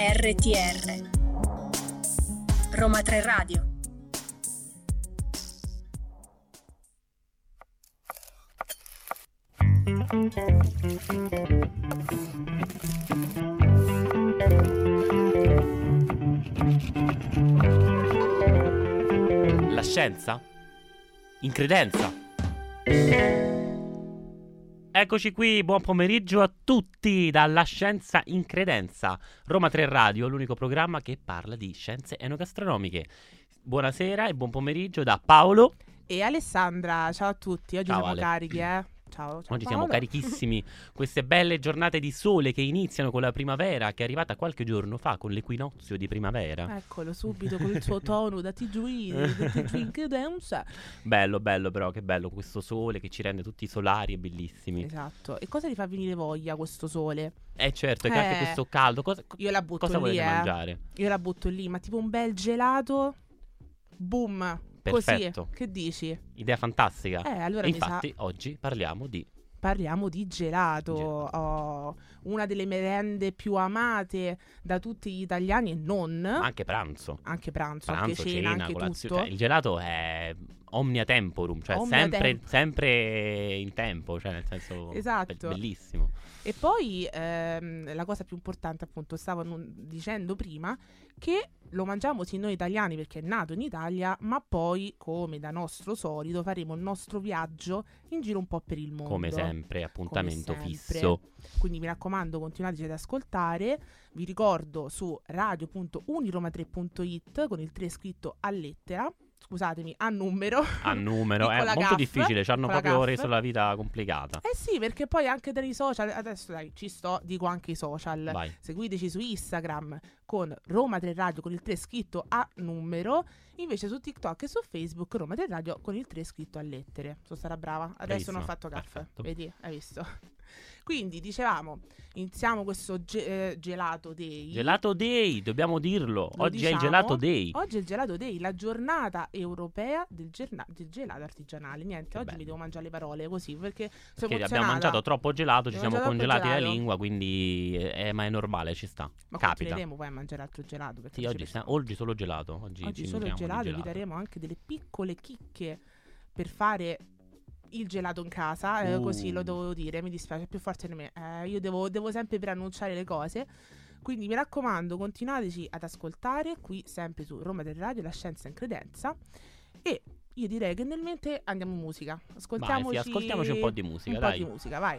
RTR Roma 3 Radio. La scienza? In credenza? Eccoci qui, buon pomeriggio a tutti dalla Scienza in Credenza. Roma 3 Radio, l'unico programma che parla di scienze enogastronomiche. Buonasera e buon pomeriggio da Paolo e Alessandra. Ciao a tutti, oggi siamo Ale. Carichi, Ciao Oggi Paolo. siamo carichissimi. Queste belle giornate di sole che iniziano con la primavera, che è arrivata qualche giorno fa con l'equinozio di primavera. Eccolo subito con il suo tono da TG in credenza. Bello però, che bello questo sole che ci rende tutti solari e bellissimi. Esatto. E cosa ti fa venire voglia questo sole? Certo, è che anche questo caldo. Io la butto cosa lì, volete mangiare? Io la butto lì, ma tipo un bel gelato. Boom. Perfetto. Così, che dici? Idea fantastica. Allora e infatti oggi parliamo di gelato. Oh, una delle merende più amate da tutti gli italiani e non. Anche pranzo, anche cena, anche colazione. tutto. Il gelato è omnia temporum, cioè sempre in tempo, cioè nel senso esatto. Bellissimo. E poi la cosa più importante, appunto, stavo dicendo prima, che lo mangiamo sì noi italiani perché è nato in Italia, ma poi, come da nostro solito, faremo il nostro viaggio in giro un po' per il mondo. Come sempre, appuntamento come sempre. fisso. Quindi mi raccomando, continuateci ad ascoltare. Vi ricordo su radio.uniroma3.it con il 3 scritto a lettera. Scusatemi, a numero. È molto difficile, ci hanno proprio reso la vita complicata. Sì, perché poi anche dai social, adesso dai, dico anche i social. Vai. Seguiteci su Instagram con Roma 3 Radio con il 3 scritto a numero, invece su TikTok e su Facebook Roma 3 Radio con il 3 scritto a lettere. Sono stata brava, adesso Bravissima. non ho fatto caffè. Perfetto. Vedi, hai visto? Quindi dicevamo, iniziamo questo Gelato Day. Gelato Day, dobbiamo dirlo. Oggi è il Gelato Day. Oggi è il Gelato Day, la giornata europea del gelato artigianale. Niente, oggi bello. mi devo mangiare le parole così perché abbiamo mangiato troppo gelato, ci siamo congelati la gelato. lingua, quindi ma è normale, ci sta. Ma capita. continueremo poi a mangiare altro gelato. Sì, oggi solo gelato. Oggi solo gelato, vi daremo anche delle piccole chicche per fare il gelato in casa, così lo devo dire, mi dispiace, è più forte di me. Io devo sempre preannunciare le cose. Quindi mi raccomando, continuateci ad ascoltare qui sempre su Roma del Radio, la scienza in credenza. E io direi che nel mentre andiamo in musica. Ascoltiamoci un po' di musica, dai. Un po' di musica, vai.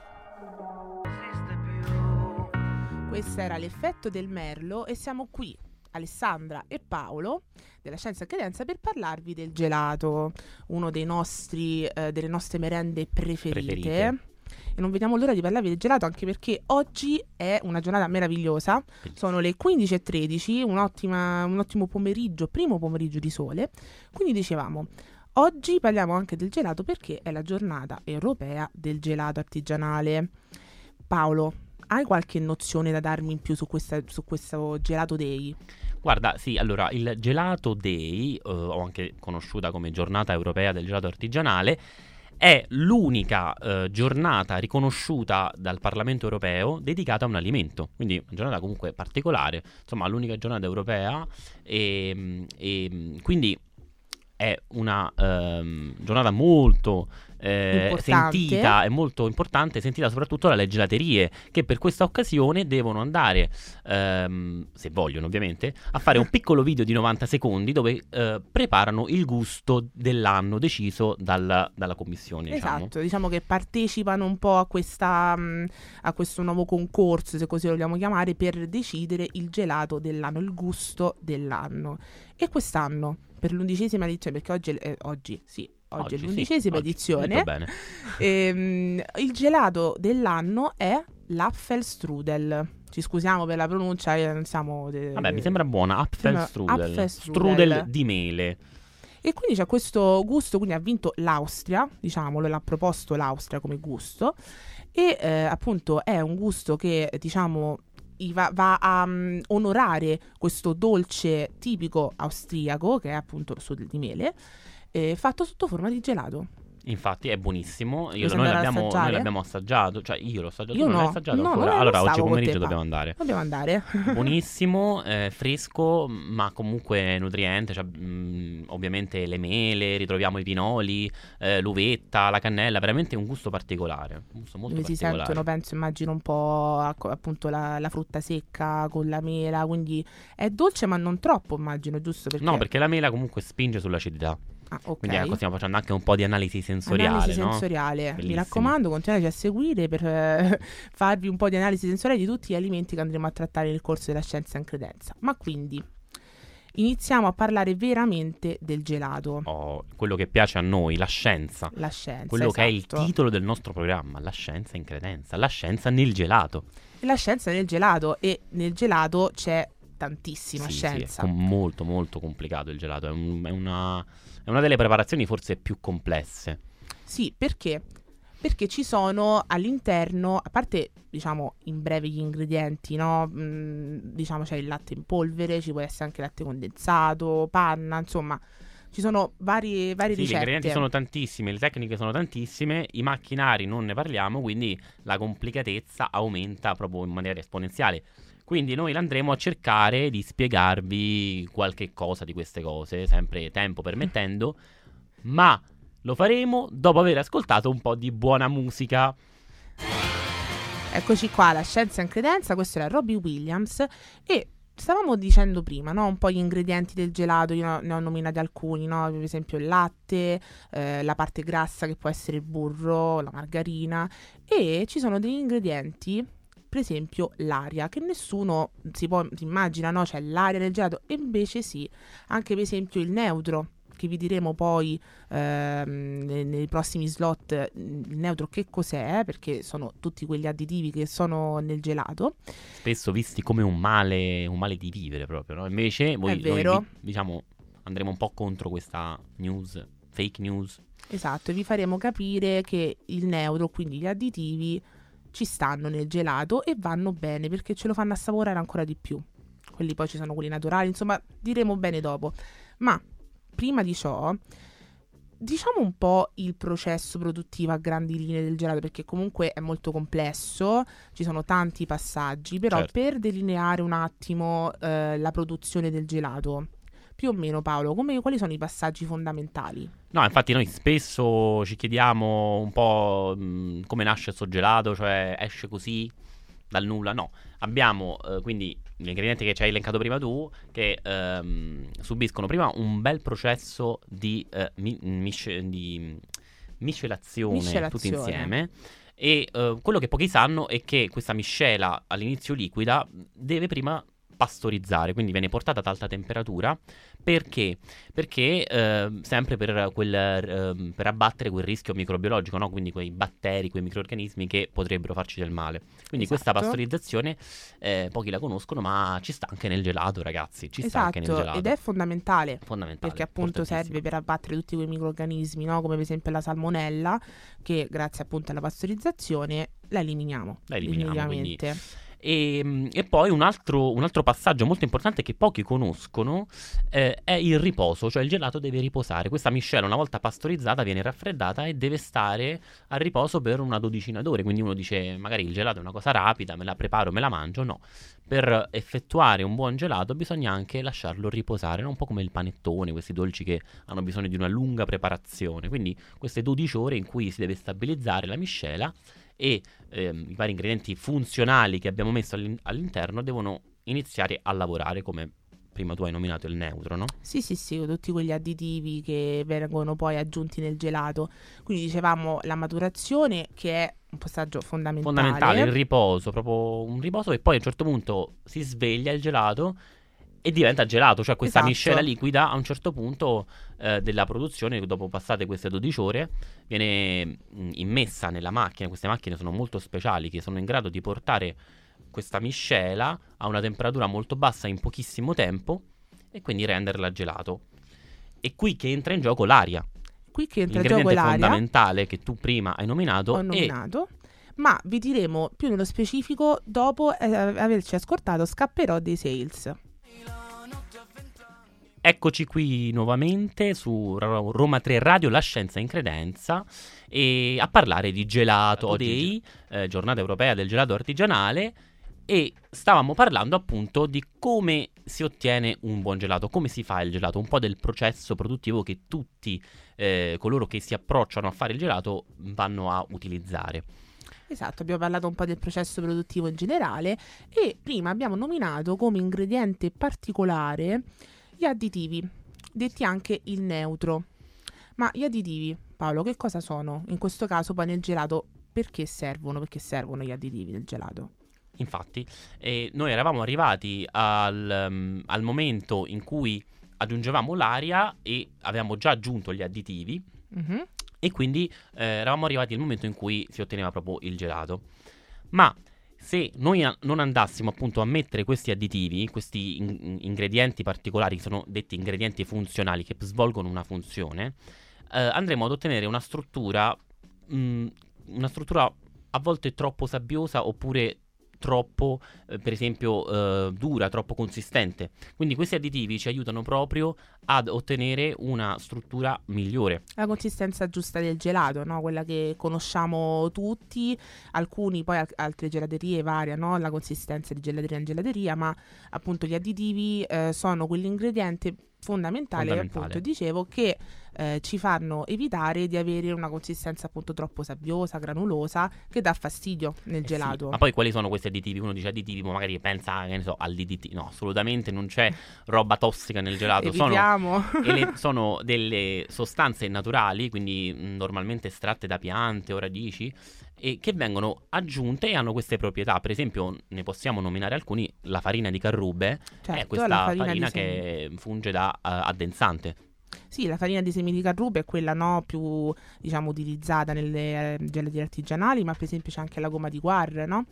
Questo era l'effetto del merlo e siamo qui, Alessandra e Paolo della Scienza e Credenza, per parlarvi del gelato, uno dei nostri delle nostre merende preferite. E non vediamo l'ora di parlarvi del gelato, anche perché oggi è una giornata meravigliosa. Sono le 15:13, un ottimo pomeriggio, primo pomeriggio di sole. Quindi dicevamo, oggi parliamo anche del gelato perché è la giornata europea del gelato artigianale. Paolo, hai qualche nozione da darmi in più su questo Gelato Day? Guarda, sì, allora, il Gelato Day, o anche conosciuta come Giornata Europea del Gelato Artigianale, è l'unica giornata riconosciuta dal Parlamento Europeo dedicata a un alimento. Quindi una giornata comunque particolare, insomma, l'unica giornata europea e quindi è una giornata molto sentita e molto importante, sentita soprattutto dalle gelaterie, che per questa occasione devono andare, se vogliono ovviamente, a fare un piccolo video di 90 secondi dove preparano il gusto dell'anno deciso dalla commissione. Esatto, diciamo che partecipano un po' a questo nuovo concorso, se così lo vogliamo chiamare, per decidere il gelato dell'anno, il gusto dell'anno. E quest'anno, per l'11ª edizione, perché oggi è l'11ª edizione, il gelato dell'anno è l'Apfelstrudel. Ci scusiamo per la pronuncia, non siamo vabbè, mi sembra buona. Apfelstrudel. Strudel di mele. E quindi c'è questo gusto, quindi ha vinto l'Austria, diciamolo, l'ha proposto l'Austria come gusto. E appunto è un gusto che, diciamo, va a onorare questo dolce tipico austriaco, che è appunto lo strudel di mele, fatto sotto forma di gelato. Infatti è buonissimo. Lo sai andare ad Noi assaggiare? l'abbiamo assaggiato. Cioè io l'ho assaggiato, Io tu non l'hai no. assaggiato No, ancora. non Allora oggi stavo con pomeriggio te, dobbiamo Pa. andare. Dobbiamo andare. Buonissimo, fresco, ma comunque nutriente. Cioè, ovviamente le mele, ritroviamo i pinoli, l'uvetta, la cannella. Veramente un gusto particolare. Un gusto molto Dove si particolare. sentono, penso, immagino un po' appunto la frutta secca con la mela, quindi è dolce ma non troppo, immagino, giusto? No, perché la mela comunque spinge sull'acidità. Ah, ok. Quindi ecco, stiamo facendo anche un po' di analisi sensoriale, Analisi no? sensoriale. Mi Bellissimo. raccomando, continuate a seguire per farvi un po' di analisi sensoriale di tutti gli alimenti che andremo a trattare nel corso della Scienza in Credenza. Ma quindi iniziamo a parlare veramente del gelato. Oh, quello che piace a noi, la scienza. La scienza, Quello che è il esatto. titolo del nostro programma, la scienza in credenza, la scienza nel gelato. E la scienza nel gelato, e nel gelato c'è tantissima Sì, scienza. è molto molto complicato il gelato, è una delle preparazioni forse più complesse. Sì, perché? Perché ci sono all'interno, a parte, diciamo, in breve gli ingredienti, no? Diciamo c'è il latte in polvere, ci può essere anche latte condensato, panna, insomma, ci sono varie Sì, ricette. gli ingredienti sono tantissimi, le tecniche sono tantissime, i macchinari non ne parliamo, quindi la complicatezza aumenta proprio in maniera esponenziale. Quindi noi andremo a cercare di spiegarvi qualche cosa di queste cose, sempre tempo permettendo, ma lo faremo dopo aver ascoltato un po' di buona musica. Eccoci qua, la scienza in credenza, questo era Robbie Williams e stavamo dicendo prima, no? Un po' gli ingredienti del gelato, io ne ho nominati alcuni, no? Per esempio il latte, la parte grassa che può essere il burro, la margarina, e ci sono degli ingredienti, per esempio l'aria, che nessuno si immagina, no? C'è l'aria nel gelato, e invece sì, anche per esempio il neutro, che vi diremo poi nei prossimi slot il neutro che cos'è, perché sono tutti quegli additivi che sono nel gelato. Spesso visti come un male di vivere proprio, no? Invece noi vero. diciamo andremo un po' contro questa news, fake news. Esatto, e vi faremo capire che il neutro, quindi gli additivi, ci stanno nel gelato e vanno bene perché ce lo fanno assaporare ancora di più. Quelli poi ci sono quelli naturali, insomma, diremo bene dopo. Ma prima di ciò, diciamo un po' il processo produttivo a grandi linee del gelato, perché comunque è molto complesso, ci sono tanti passaggi, però Certo. per delineare un attimo la produzione del gelato, più o meno, Paolo, quali sono i passaggi fondamentali? No, infatti noi spesso ci chiediamo un po' come nasce sto gelato, cioè esce così dal nulla. No, abbiamo quindi gli ingredienti che ci hai elencato prima tu, che subiscono prima un bel processo di miscelazione tutti insieme. E quello che pochi sanno è che questa miscela all'inizio liquida deve prima pastorizzare, quindi viene portata ad alta temperatura. Perché? Perché sempre per abbattere quel rischio microbiologico, no? Quindi quei batteri, quei microrganismi che potrebbero farci del male. Quindi Esatto. questa pastorizzazione pochi la conoscono, ma ci sta anche nel gelato, ragazzi. Ci sta anche nel Esatto, gelato. ed è fondamentale. Fondamentale, Perché appunto importantissimo. serve per abbattere tutti quei microrganismi, no? Come per esempio la salmonella, che grazie appunto alla pastorizzazione la eliminiamo definitivamente. E poi un altro passaggio molto importante che pochi conoscono è il riposo, cioè il gelato deve riposare. Questa miscela, una volta pastorizzata, viene raffreddata e deve stare a riposo per una 12ina d'ore. Quindi uno dice, magari il gelato è una cosa rapida, me la preparo, me la mangio. No, per effettuare un buon gelato bisogna anche lasciarlo riposare, no? Un po' come il panettone, questi dolci che hanno bisogno di una lunga preparazione. Quindi queste 12 ore in cui si deve stabilizzare la miscela e i vari ingredienti funzionali che abbiamo messo all'interno devono iniziare a lavorare, come prima tu hai nominato il neutro, no? Sì, tutti quegli additivi che vengono poi aggiunti nel gelato. Quindi dicevamo la maturazione, che è un passaggio fondamentale. Il riposo, proprio un riposo, e poi a un certo punto si sveglia il gelato e diventa gelato, cioè questa Esatto. miscela liquida a un certo punto della produzione, dopo passate queste 12 ore, viene immessa nella macchina. Queste macchine sono molto speciali, che sono in grado di portare questa miscela a una temperatura molto bassa in pochissimo tempo e quindi renderla gelato. E qui che entra in gioco l'aria. Qui che entra in gioco L'ingrediente l'aria, fondamentale che tu prima hai nominato. ma vi diremo più nello specifico dopo averci ascoltato Scapperò dei Sales. Eccoci qui nuovamente su Roma 3 Radio, la scienza in credenza, e a parlare di gelato. Oggi giornata europea del gelato artigianale, e stavamo parlando appunto di come si ottiene un buon gelato, come si fa il gelato, un po' del processo produttivo che tutti coloro che si approcciano a fare il gelato vanno a utilizzare. Esatto, abbiamo parlato un po' del processo produttivo in generale e prima abbiamo nominato come ingrediente particolare gli additivi, detti anche il neutro. Ma gli additivi, Paolo, che cosa sono? In questo caso poi nel gelato perché servono? Perché servono gli additivi nel gelato? Infatti, noi eravamo arrivati al momento in cui aggiungevamo l'aria e avevamo già aggiunto gli additivi. Mhm. E quindi eravamo arrivati al momento in cui si otteneva proprio il gelato. Ma se noi non andassimo appunto a mettere questi additivi, questi ingredienti particolari, che sono detti ingredienti funzionali, che svolgono una funzione, andremo ad ottenere una struttura a volte troppo sabbiosa, oppure troppo, per esempio, dura, troppo consistente. Quindi questi additivi ci aiutano proprio ad ottenere una struttura migliore. La consistenza giusta del gelato, no? Quella che conosciamo tutti, alcuni poi altre gelaterie variano la consistenza di gelateria in gelateria, ma appunto gli additivi sono quell'ingrediente fondamentale. Appunto dicevo che ci fanno evitare di avere una consistenza appunto troppo sabbiosa, granulosa, che dà fastidio nel gelato. Sì. Ma poi quali sono questi additivi? Uno dice additivi, ma magari pensa, che ne so, all'DDT. No, assolutamente non c'è roba tossica nel gelato. Sono delle sostanze naturali, quindi normalmente estratte da piante o radici, e che vengono aggiunte e hanno queste proprietà. Per esempio, ne possiamo nominare alcuni: la farina di carrube, certo, è questa farina che funge da addensante. Sì, la farina di semi di carrube è quella, no, più diciamo utilizzata nelle gelaterie artigianali, ma per esempio c'è anche la gomma di guarre, no?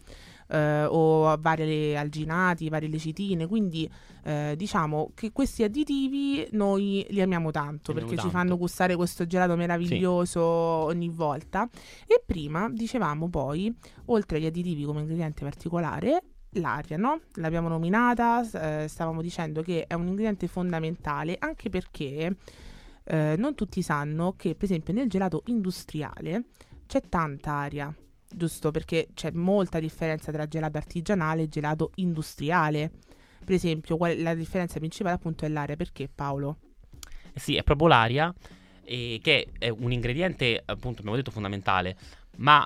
O vari alginati, varie lecitine, quindi diciamo che questi additivi noi li amiamo tanto perché ci fanno gustare questo gelato meraviglioso ogni volta. E prima dicevamo poi, oltre agli additivi come ingrediente particolare, l'aria, no? L'abbiamo nominata, stavamo dicendo che è un ingrediente fondamentale, anche perché non tutti sanno che per esempio nel gelato industriale c'è tanta aria, giusto? Perché c'è molta differenza tra gelato artigianale e gelato industriale. Per esempio, la differenza principale appunto è l'aria. Perché, Paolo? Sì, è proprio l'aria, che è un ingrediente, appunto, abbiamo detto fondamentale, ma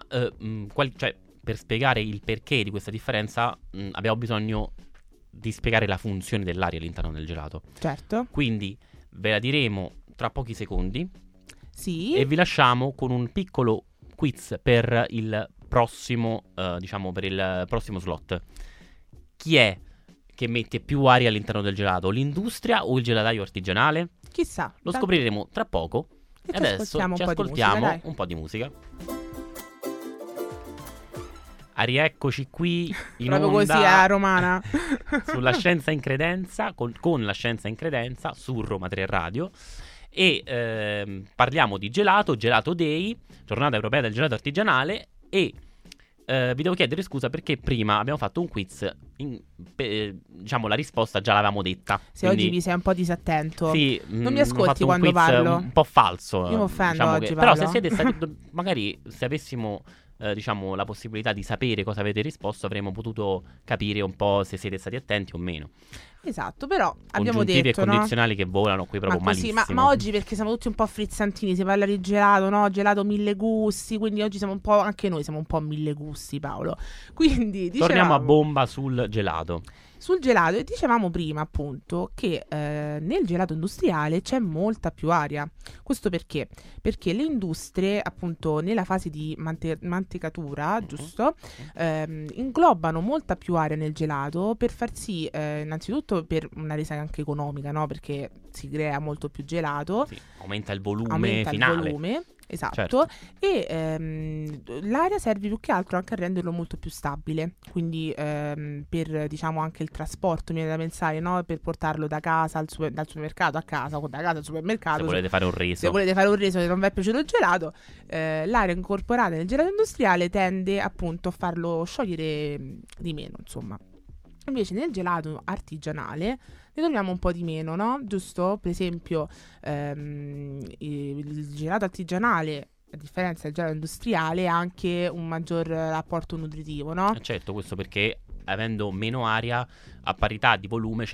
per spiegare il perché di questa differenza abbiamo bisogno di spiegare la funzione dell'aria all'interno del gelato. Certo. Quindi ve la diremo tra pochi secondi. Sì. E vi lasciamo con un piccolo quiz per il prossimo, per il prossimo slot. Chi è che mette più aria all'interno del gelato? L'industria o il gelataio artigianale? Chissà. Lo scopriremo tra poco. E adesso ci ascoltiamo un po' di musica. Rieccoci qui in proprio onda, così a romana, sulla scienza in credenza, con la scienza in credenza su Roma 3 Radio, e parliamo di Gelato Day, giornata europea del gelato artigianale, e vi devo chiedere scusa perché prima abbiamo fatto un quiz, diciamo la risposta già l'avevamo detta. Se quindi, oggi vi sei un po' disattento, sì, non mi ascolti quando parlo, un po' falso. Io mi offendo oggi, però se siete stati, magari se avessimo la possibilità di sapere cosa avete risposto, avremmo potuto capire un po' se siete stati attenti o meno. Esatto, però abbiamo congiuntivi detto, e condizionali, no? Che volano qui proprio malissimo. Ma oggi perché siamo tutti un po' frizzantini, si parla di gelato, no? Gelato mille gusti, quindi oggi siamo un po', anche noi siamo un po' mille gusti, Paolo. Quindi torniamo a bomba sul gelato. Sul gelato, e dicevamo prima appunto che nel gelato industriale c'è molta più aria. Questo perché? Perché le industrie appunto nella fase di mantecatura, giusto, inglobano molta più aria nel gelato per far sì, innanzitutto per una resa anche economica, no? Perché si crea molto più gelato, sì, aumenta il volume finale. Esatto, certo. E l'aria serve più che altro anche a renderlo molto più stabile, quindi per diciamo anche il trasporto, mi viene da pensare, no? Per portarlo da casa dal supermercato a casa, o da casa al supermercato. Se volete fare un reso. Se volete fare un reso e non vi è piaciuto il gelato, l'aria incorporata nel gelato industriale tende appunto a farlo sciogliere di meno, insomma. Invece nel gelato artigianale ne troviamo un po' di meno, no? Giusto? Per esempio, il gelato artigianale, a differenza del gelato industriale, ha anche un maggior apporto nutritivo, no? Certo, questo perché avendo meno aria, a parità di volume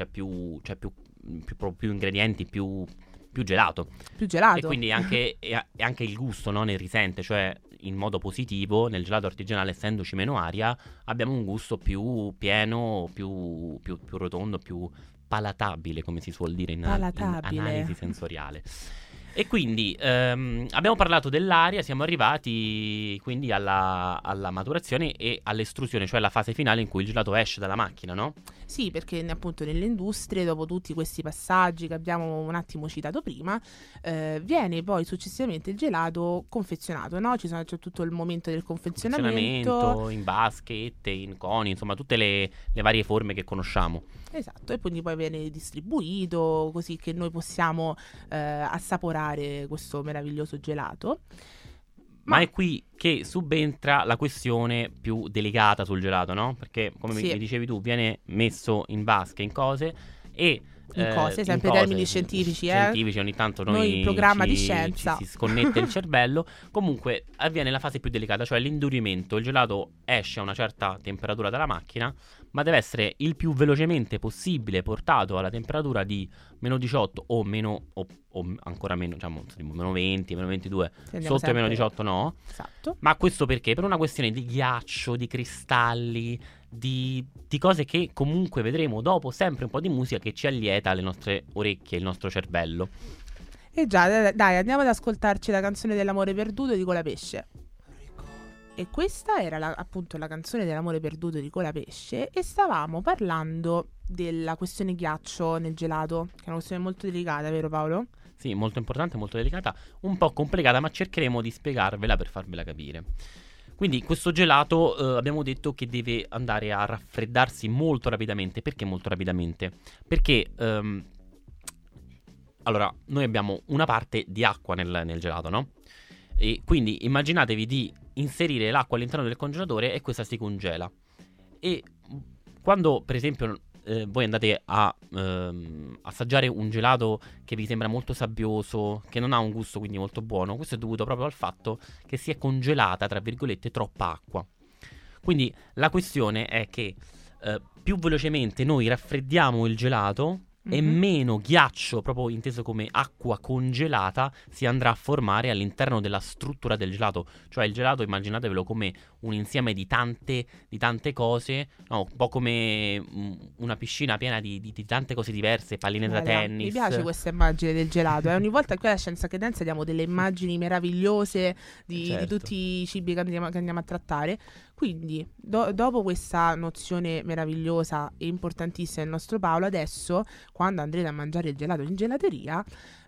più ingredienti, più gelato. Più gelato. E quindi anche il gusto, no, ne risente, cioè in modo positivo nel gelato artigianale, essendoci meno aria, abbiamo un gusto più pieno, più rotondo, più palatabile, come si suol dire in analisi sensoriale. E quindi abbiamo parlato dell'aria, siamo arrivati quindi alla maturazione e all'estrusione, cioè la fase finale in cui il gelato esce dalla macchina, no? Sì, perché appunto nelle industrie, dopo tutti questi passaggi che abbiamo un attimo citato prima, viene poi successivamente il gelato confezionato, no? C'è tutto il momento del confezionamento in baschette, in coni, insomma tutte le varie forme che conosciamo. Esatto, e quindi poi viene distribuito così che noi possiamo assaporare questo meraviglioso gelato. Ma è qui che subentra la questione più delicata sul gelato, no? Perché, come mi dicevi tu, viene messo in vasche, in cose e... In cose, sempre in termini scientifici, scientifici, ogni tanto noi in programma di scienza ci si sconnette il cervello. Comunque avviene la fase più delicata, cioè l'indurimento. Il gelato esce a una certa temperatura dalla macchina, ma deve essere il più velocemente possibile portato alla temperatura di meno 18 o meno o ancora meno, diciamo meno 20, meno 22, sotto i meno 18 no. Esatto. Ma questo perché? Per una questione di ghiaccio, di cristalli, di cose che comunque vedremo dopo, sempre un po' di musica che ci allieta le nostre orecchie, il nostro cervello. E già, dai, andiamo ad ascoltarci la canzone dell'amore perduto di Colapesce. E questa era appunto la canzone dell'amore perduto di Colapesce, e stavamo parlando della questione ghiaccio nel gelato, che è una questione molto delicata, vero Paolo? Sì, molto importante, molto delicata, un po' complicata, ma cercheremo di spiegarvela per farvela capire. Quindi questo gelato abbiamo detto che deve andare a raffreddarsi molto rapidamente. Perché molto rapidamente? Perché allora noi abbiamo una parte di acqua nel gelato, no? E quindi immaginatevi di inserire l'acqua all'interno del congelatore e questa si congela. E quando per esempio voi andate a assaggiare un gelato che vi sembra molto sabbioso, che non ha un gusto quindi molto buono, questo è dovuto proprio al fatto che si è congelata, tra virgolette, troppa acqua. Quindi la questione è che più velocemente noi raffreddiamo il gelato e meno ghiaccio, proprio inteso come acqua congelata, si andrà a formare all'interno della struttura del gelato. Cioè il gelato, immaginatevelo come un insieme di tante cose, no, un po' come una piscina piena di tante cose diverse, palline da tennis. Mi piace questa immagine del gelato, ogni volta qui alla Scienza che Danza diamo delle immagini meravigliose di tutti i cibi che andiamo a trattare. Quindi, dopo questa nozione meravigliosa e importantissima del nostro Paolo, adesso, quando andrete a mangiare il gelato in gelateria,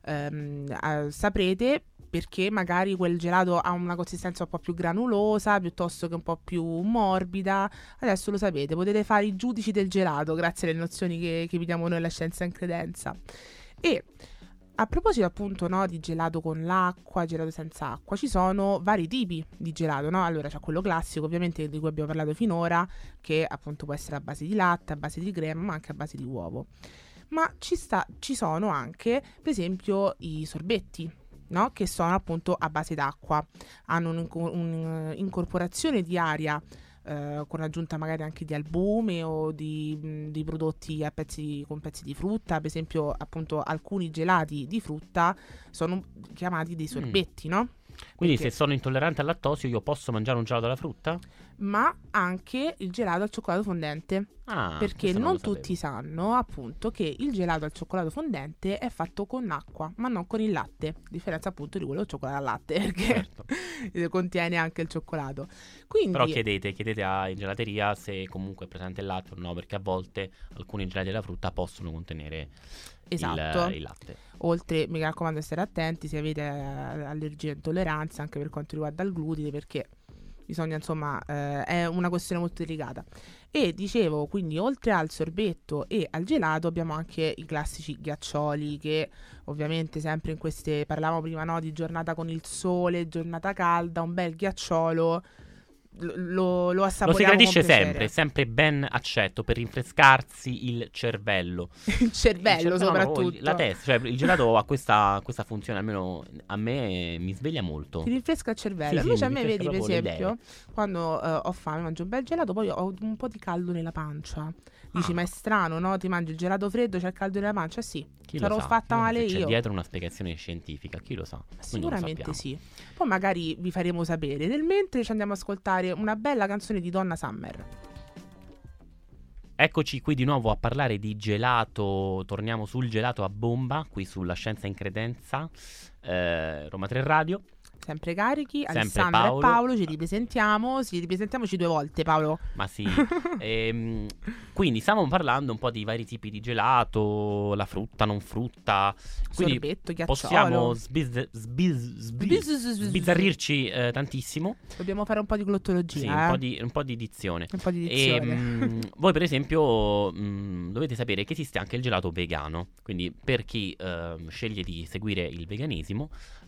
saprete perché magari quel gelato ha una consistenza un po' più granulosa, piuttosto che un po' più morbida. Adesso lo sapete, potete fare i giudici del gelato grazie alle nozioni che vi diamo noi alla Scienza in Credenza. E a proposito appunto, no, di gelato con l'acqua, gelato senza acqua, ci sono vari tipi di gelato, no? Allora c'è quello classico ovviamente di cui abbiamo parlato finora, che appunto può essere a base di latte, a base di crema, ma anche a base di uovo. Ma ci sono anche per esempio i sorbetti, no? Che sono appunto a base d'acqua, hanno un'incorporazione di aria con aggiunta magari anche di albume o di prodotti con pezzi di frutta. Per esempio appunto alcuni gelati di frutta sono chiamati dei sorbetti, no? Quindi Perché? se sono intollerante al lattosio io posso mangiare un gelato alla frutta? Ma anche il gelato al cioccolato fondente, perché non tutti sanno appunto che il gelato al cioccolato fondente è fatto con acqua ma non con il latte, a differenza appunto di quello al cioccolato al latte, perché contiene anche il cioccolato. Quindi, però chiedete in gelateria se comunque è presente il latte o no, perché a volte alcuni gelati alla frutta possono contenere il latte. Oltre, mi raccomando, stare attenti se avete allergie e intolleranze anche per quanto riguarda il glutine, perché bisogna, insomma, è una questione molto delicata. E dicevo, quindi oltre al sorbetto e al gelato abbiamo anche i classici ghiaccioli, che ovviamente sempre in queste, parlavamo prima, no, di giornata con il sole, giornata calda, un bel ghiacciolo lo assaporiamo. Lo si gradisce con piacere. sempre, sempre ben accetto per rinfrescarsi il cervello. Il cervello no, soprattutto. la testa, cioè il gelato ha questa funzione, almeno a me mi sveglia molto. Ti rinfresca il cervello. Sì, Invece a mi me, vedi, per rinfresca proprio le esempio, quando ho fame, mangio un bel gelato, poi ho un po' di caldo nella pancia. Dici, ma è strano, no? Ti mangi il gelato freddo, c'è il caldo nella pancia? Sì, Chi sarò lo sa? fatta Chi lo sa male se c'è io. dietro una spiegazione scientifica, chi lo sa? Noi non lo Sicuramente sappiamo. sì. Poi magari vi faremo sapere. Nel mentre ci andiamo ad ascoltare una bella canzone di Donna Summer. Eccoci qui di nuovo a parlare di gelato. Torniamo sul gelato a bomba, qui sulla Scienza in Credenza, Roma 3 Radio. Sempre carichi, Sempre Alessandra Paolo. e Paolo, ci ripresentiamoci 2 volte, Paolo. Ma sì. Quindi stavamo parlando un po' di vari tipi di gelato, la frutta, non frutta. Quindi Sorbetto, ghiacciolo. possiamo sbizzarrirci tantissimo. Dobbiamo fare un po' di glottologia, Sì, un po' di dizione. Un po' di dizione. Voi per esempio dovete sapere che esiste anche il gelato vegano, quindi per chi sceglie di seguire il veganesimo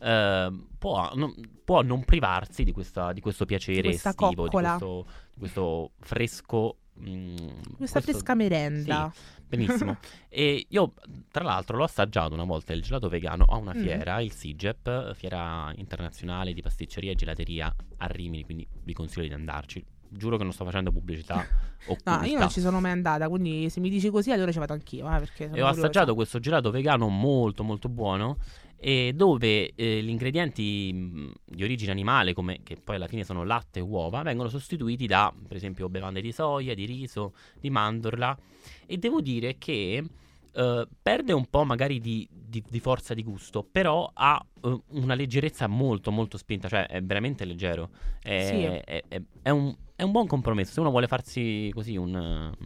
può non privarsi di questo piacere Di questa estivo, coccola. di questo fresco, Questa fresca merenda. sì, benissimo. E io tra l'altro l'ho assaggiato una volta il gelato vegano a una fiera, il SIGEP, fiera internazionale di pasticceria e gelateria a Rimini, quindi vi consiglio di andarci. Giuro che non sto facendo pubblicità occulta. No, io non ci sono mai andata, quindi se mi dici così allora ci vado anch'io, perché sono E ho curiosa. assaggiato questo gelato vegano molto molto buono, e dove gli ingredienti di origine animale, che poi alla fine sono latte e uova, vengono sostituiti da, per esempio, bevande di soia, di riso, di mandorla, e devo dire che perde un po' magari di forza di gusto, però ha una leggerezza molto molto spinta, cioè è veramente leggero. È un buon compromesso se uno vuole farsi così Anche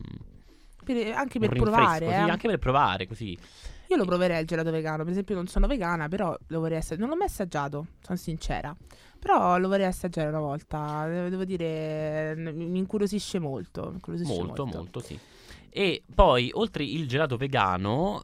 un per rinfresco, provare, sì, anche per provare così. Io lo proverei il gelato vegano, per esempio non sono vegana, però lo vorrei assaggiare. Non l'ho mai assaggiato, sono sincera. Però lo vorrei assaggiare una volta. Devo dire, mi incuriosisce molto. Molto, sì. E poi, oltre il gelato vegano,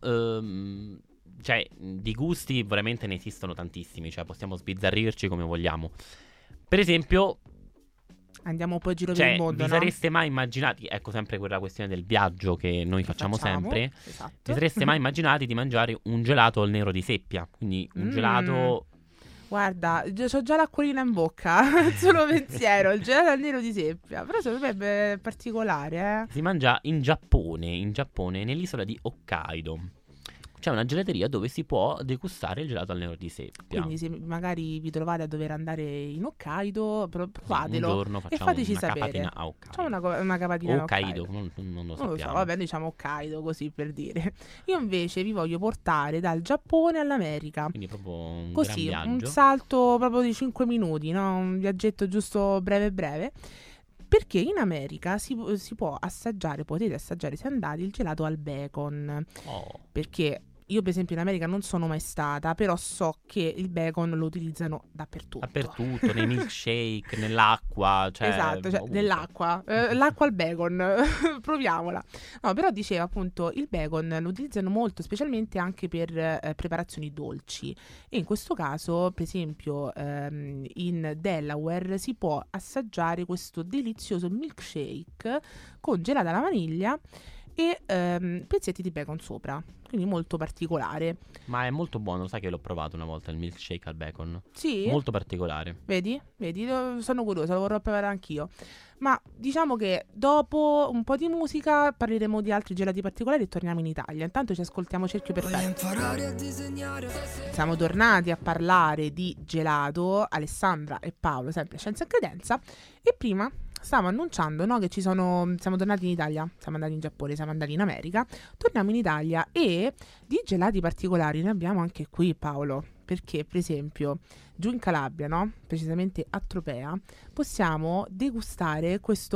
cioè, di gusti veramente ne esistono tantissimi, cioè possiamo sbizzarrirci come vogliamo. Per esempio, Andiamo un po' in giro per il mondo, vi no? sareste mai immaginati, ecco sempre quella questione del viaggio che noi facciamo sempre, Esatto. vi sareste mai immaginati di mangiare un gelato al nero di seppia? Quindi un gelato... Guarda, ho già l'acquolina in bocca, solo pensiero, il gelato al nero di seppia. Però secondo me è particolare, Si mangia in Giappone, nell'isola di Hokkaido. C'è una gelateria dove si può degustare il gelato al nero di seppia. Quindi se magari vi trovate a dover andare in Hokkaido, provatelo. Un giorno e facciamo fateci una sapere. capatina a Hokkaido. Facciamo una capatina a Hokkaido, Hokkaido. non lo Non lo sappiamo. so, vabbè, diciamo Hokkaido così per dire. Io invece vi voglio portare dal Giappone all'America. Quindi proprio un Così, gran un viaggio. salto proprio di 5 minuti, no? Un viaggetto giusto breve. Perché in America si può assaggiare, potete assaggiare se andate il gelato al bacon. Oh. Perché io per esempio in America non sono mai stata, però so che il bacon lo utilizzano dappertutto. Dappertutto, nei milkshake, nell'acqua, cioè Esatto, cioè ovunque. nell'acqua, l'acqua al bacon, proviamola. No, però diceva appunto il bacon lo utilizzano molto, specialmente anche per preparazioni dolci. E in questo caso, per esempio, in Delaware si può assaggiare questo delizioso milkshake con gelata alla vaniglia e pezzetti di bacon sopra. Quindi molto particolare. Ma è molto buono, sai che l'ho provato una volta il milkshake al bacon. Sì? Molto particolare. Vedi? Sono curiosa, lo vorrò provare anch'io. Ma diciamo che dopo un po' di musica parleremo di altri gelati particolari e torniamo in Italia. Intanto ci ascoltiamo Cerchio Perfetto. Siamo tornati a parlare di gelato, Alessandra e Paolo, sempre Scienza e Credenza. E prima stavamo annunciando, no, che siamo tornati in Italia, siamo andati in Giappone, siamo andati in America, torniamo in Italia e di gelati particolari ne abbiamo anche qui, Paolo, perché per esempio giù in Calabria, no, precisamente a Tropea, possiamo degustare questo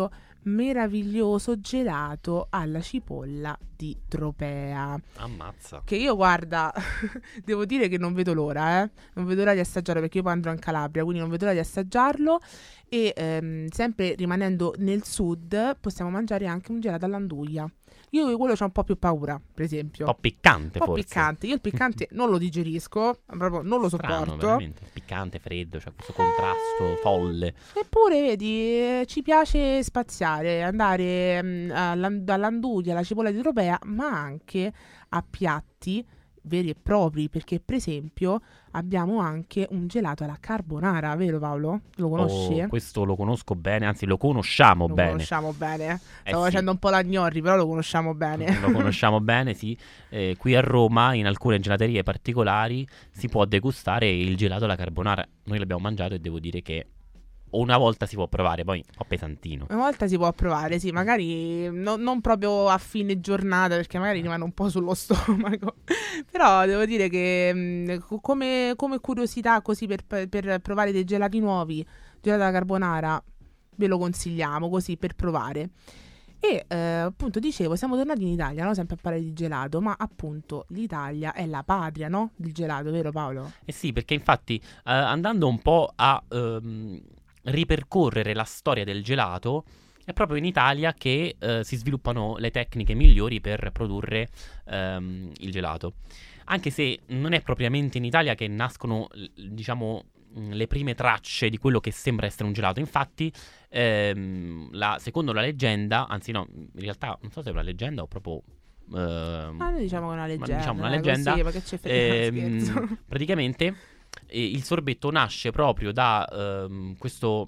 meraviglioso gelato alla cipolla di Tropea. Ammazza. Che io, guarda, devo dire che non vedo l'ora, non vedo l'ora di assaggiarlo, perché io poi andrò in Calabria, quindi non vedo l'ora di assaggiarlo. E sempre rimanendo nel sud, possiamo mangiare anche un gelato all'anduglia. Io di quello c'ho un po' più paura, per esempio. Un po' piccante, Un po' forse. piccante. Io il piccante non lo digerisco, proprio non lo Strano, sopporto. veramente. Piccante, freddo, c'è questo contrasto folle. Eppure, vedi, ci piace spaziare, andare dall'anduglia alla cipolla di Tropea, ma anche a piatti veri e propri, perché per esempio abbiamo anche un gelato alla carbonara, vero Paolo? Lo conosci? Questo lo conosco bene, anzi lo conosciamo Lo bene. conosciamo bene. Stavo Sì. facendo un po' la gnorri, però lo conosciamo bene. Lo conosciamo bene, sì. Qui a Roma, in alcune gelaterie particolari, si può degustare il gelato alla carbonara. Noi l'abbiamo mangiato e devo dire che una volta si può provare, poi un po' pesantino. Una volta si può provare, sì, magari non proprio a fine giornata, perché magari rimane un po' sullo stomaco. Però devo dire che come curiosità, così per provare dei gelati nuovi, gelato alla carbonara, ve lo consigliamo così per provare. E appunto dicevo, siamo tornati in Italia, no? Sempre a parlare di gelato, ma appunto l'Italia è la patria, no? Del gelato, vero Paolo? Eh sì, perché infatti andando un po' a ripercorrere la storia del gelato, è proprio in Italia che si sviluppano le tecniche migliori per produrre il gelato. Anche se non è propriamente in Italia che nascono, diciamo, le prime tracce di quello che sembra essere un gelato. Infatti, secondo la leggenda, anzi no, in realtà non so se è una leggenda o proprio... Ma noi diciamo che è una leggenda. Diciamo una leggenda. Così, ma che ci frega, scherzo. Praticamente il sorbetto nasce proprio da questo...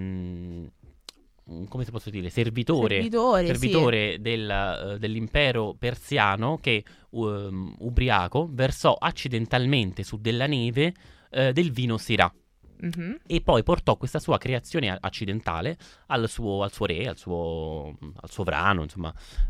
come si posso dire? Servitore Sì. dell'impero persiano che ubriaco versò accidentalmente su della neve del vino Sirah. Mhm. E poi portò questa sua creazione accidentale al suo re, al suo sovrano, insomma,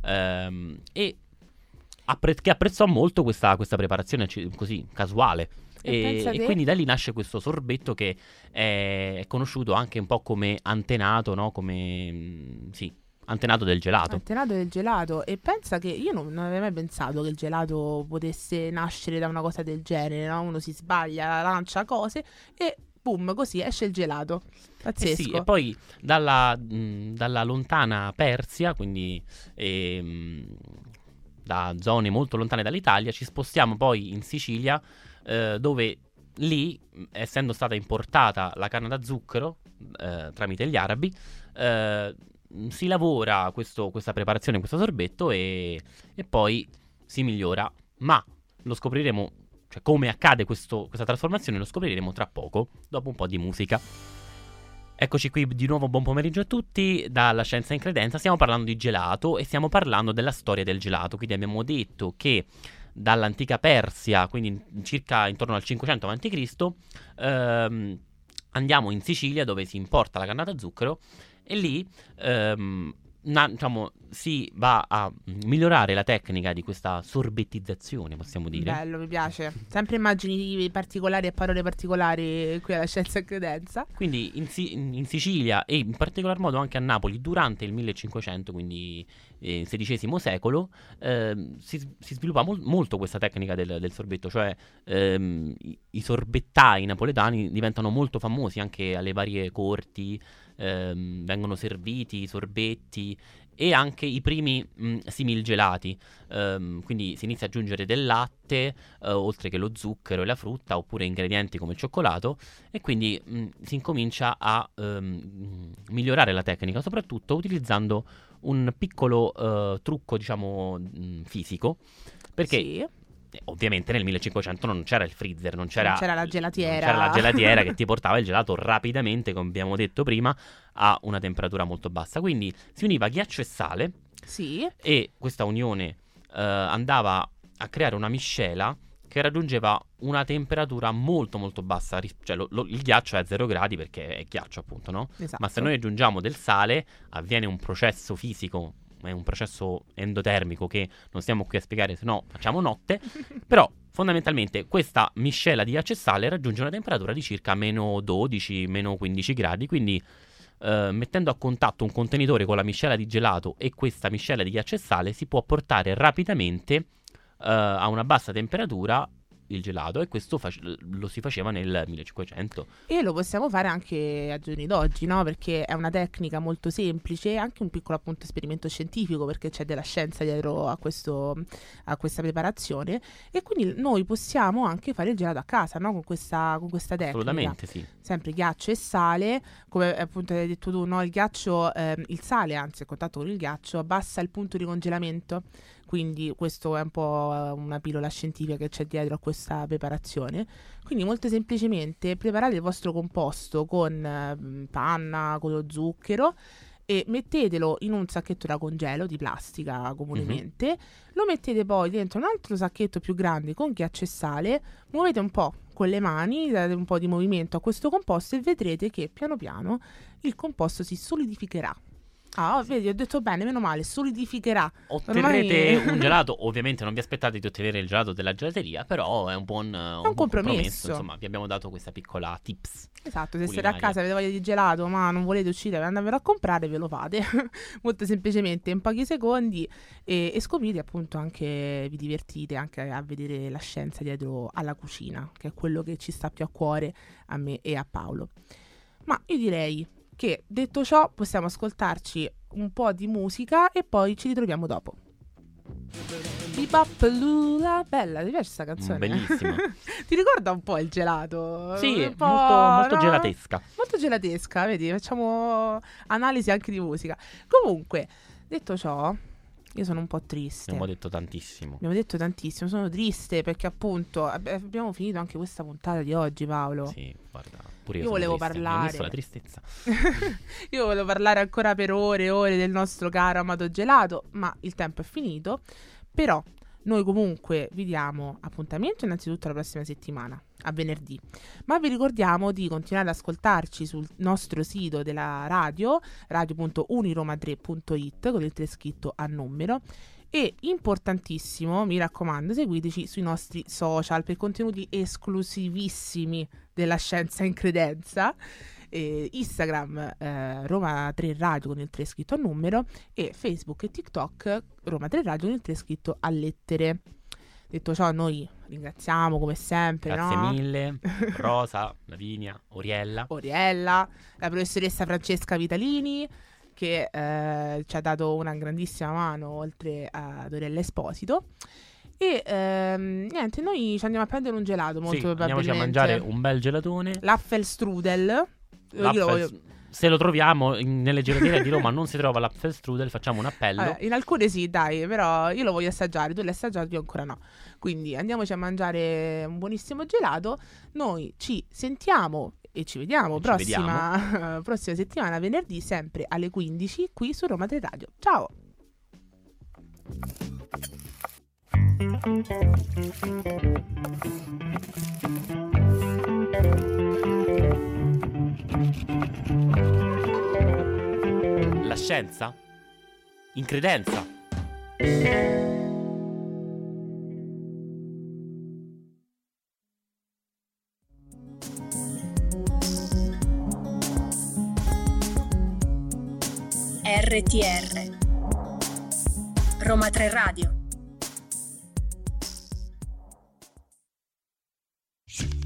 e che apprezzò molto questa preparazione così casuale. E quindi da lì nasce questo sorbetto che è conosciuto anche un po' come antenato, no? Come antenato del gelato. Antenato del gelato. E pensa che io non avevo mai pensato che il gelato potesse nascere da una cosa del genere, no? Uno si sbaglia, lancia cose e boom, così esce il gelato. Pazzesco. Sì, e poi dalla lontana Persia, quindi da zone molto lontane dall'Italia, ci spostiamo poi in Sicilia, dove lì, essendo stata importata la canna da zucchero tramite gli arabi, si lavora questa preparazione, questo sorbetto e poi si migliora. Ma lo scopriremo, cioè come accade questa trasformazione, lo scopriremo tra poco, dopo un po' di musica. Eccoci qui di nuovo, buon pomeriggio a tutti dalla Scienza in Credenza. Stiamo parlando di gelato e stiamo parlando della storia del gelato. Quindi abbiamo detto che dall'antica Persia, quindi circa intorno al 500 a.C., andiamo in Sicilia dove si importa la canna da zucchero e lì diciamo, si va a migliorare la tecnica di questa sorbettizzazione, possiamo dire. Bello, mi piace. Sempre immagini particolari e parole particolari qui alla Scienza e Credenza. Quindi in Sicilia e in particolar modo anche a Napoli durante il 1500, quindi XVI secolo, si sviluppa molto questa tecnica del sorbetto, cioè i sorbettai napoletani diventano molto famosi anche alle varie corti, vengono serviti i sorbetti e anche i primi similgelati, quindi si inizia ad aggiungere del latte oltre che lo zucchero e la frutta, oppure ingredienti come il cioccolato, e quindi si incomincia a migliorare la tecnica, soprattutto utilizzando un piccolo trucco, diciamo, fisico, perché Sì. ovviamente nel 1500 non c'era il freezer, non c'era la gelatiera. non c'era la gelatiera che ti portava il gelato rapidamente, come abbiamo detto prima, a una temperatura molto bassa. Quindi si univa ghiaccio e sale, Sì. e questa unione andava a creare una miscela che raggiungeva una temperatura molto molto bassa, cioè il ghiaccio è a 0 gradi perché è ghiaccio, appunto, no? Esatto. Ma se noi aggiungiamo del sale avviene un processo fisico, è un processo endotermico che non stiamo qui a spiegare, se no facciamo notte. Però fondamentalmente questa miscela di ghiaccio e sale raggiunge una temperatura di circa meno 12, meno 15 gradi, quindi mettendo a contatto un contenitore con la miscela di gelato e questa miscela di ghiaccio e sale, si può portare rapidamente a una bassa temperatura il gelato, e questo lo si faceva nel 1500. E lo possiamo fare anche a giorni d'oggi, no? Perché è una tecnica molto semplice, anche un piccolo appunto esperimento scientifico, perché c'è della scienza dietro a questa preparazione, e quindi noi possiamo anche fare il gelato a casa, no? Con questa tecnica. Assolutamente sì. Sempre ghiaccio e sale, come appunto hai detto tu, no? Il ghiaccio, il sale, anzi, il contatto con il ghiaccio abbassa il punto di congelamento. Quindi questo è un po' una pillola scientifica che c'è dietro a questa preparazione. Quindi molto semplicemente preparate il vostro composto con panna, con lo zucchero, e mettetelo in un sacchetto da congelo di plastica comunemente. Lo mettete poi dentro un altro sacchetto più grande con ghiaccio e sale, muovete un po' con le mani, date un po' di movimento a questo composto e vedrete che piano piano il composto si solidificherà. Ah, vedi, ho detto bene, meno male, solidificherà. Otterrete un gelato, ovviamente non vi aspettate di ottenere il gelato della gelateria, però è un buon compromesso. Insomma, vi abbiamo dato questa piccola tips. Esatto, se siete a casa e avete voglia di gelato ma non volete uscire per andarvelo a comprare, ve lo fate molto semplicemente in pochi secondi, e scoprite appunto anche, vi divertite anche a vedere la scienza dietro alla cucina, che è quello che ci sta più a cuore a me e a Paolo. Ma io direi che, detto ciò, possiamo ascoltarci un po' di musica e poi ci ritroviamo dopo. Bebop Lula, bella, ti piace questa canzone? Bellissima. Ti ricorda un po' il gelato? Sì, un po', molto no? gelatesca. Molto gelatesca, vedi, facciamo analisi anche di musica. Comunque, detto ciò, io sono un po' triste. Abbiamo detto tantissimo. Sono triste perché appunto abbiamo finito anche questa puntata di oggi, Paolo. Sì, guarda, pure io Io volevo triste. parlare. Ho messo la tristezza. Io volevo parlare ancora per ore e ore del nostro caro amato gelato, ma il tempo è finito. Però noi comunque vi diamo appuntamento innanzitutto la prossima settimana, a venerdì. Ma vi ricordiamo di continuare ad ascoltarci sul nostro sito della radio, radio.uniroma3.it, con il 3 scritto a numero. E importantissimo, mi raccomando, seguiteci sui nostri social per contenuti esclusivissimi della scienza in credenza. Instagram Roma 3 Radio con il 3 scritto a numero, e Facebook e TikTok Roma 3 Radio con il 3 scritto a lettere. Detto ciò, noi ringraziamo come sempre, grazie no? mille Rosa, Lavinia, Oriella, la professoressa Francesca Vitalini, che ci ha dato una grandissima mano, oltre ad Oriella Esposito. E niente, noi ci andiamo a prendere un gelato, molto probabilmente. Andiamoci a mangiare un bel gelatone. L'Apfelstrudel. Se lo troviamo nelle gelaterie di Roma, non si trova l'Apfelstrudel, facciamo un appello. In alcune sì, dai, però io lo voglio assaggiare, tu l'hai assaggiato, io ancora no. Quindi andiamoci a mangiare un buonissimo gelato. Noi ci sentiamo e ci vediamo prossima settimana, venerdì, sempre alle 15, qui su Roma 3 Radio. Ciao! La scienza in credenza. RTR Roma 3 Radio.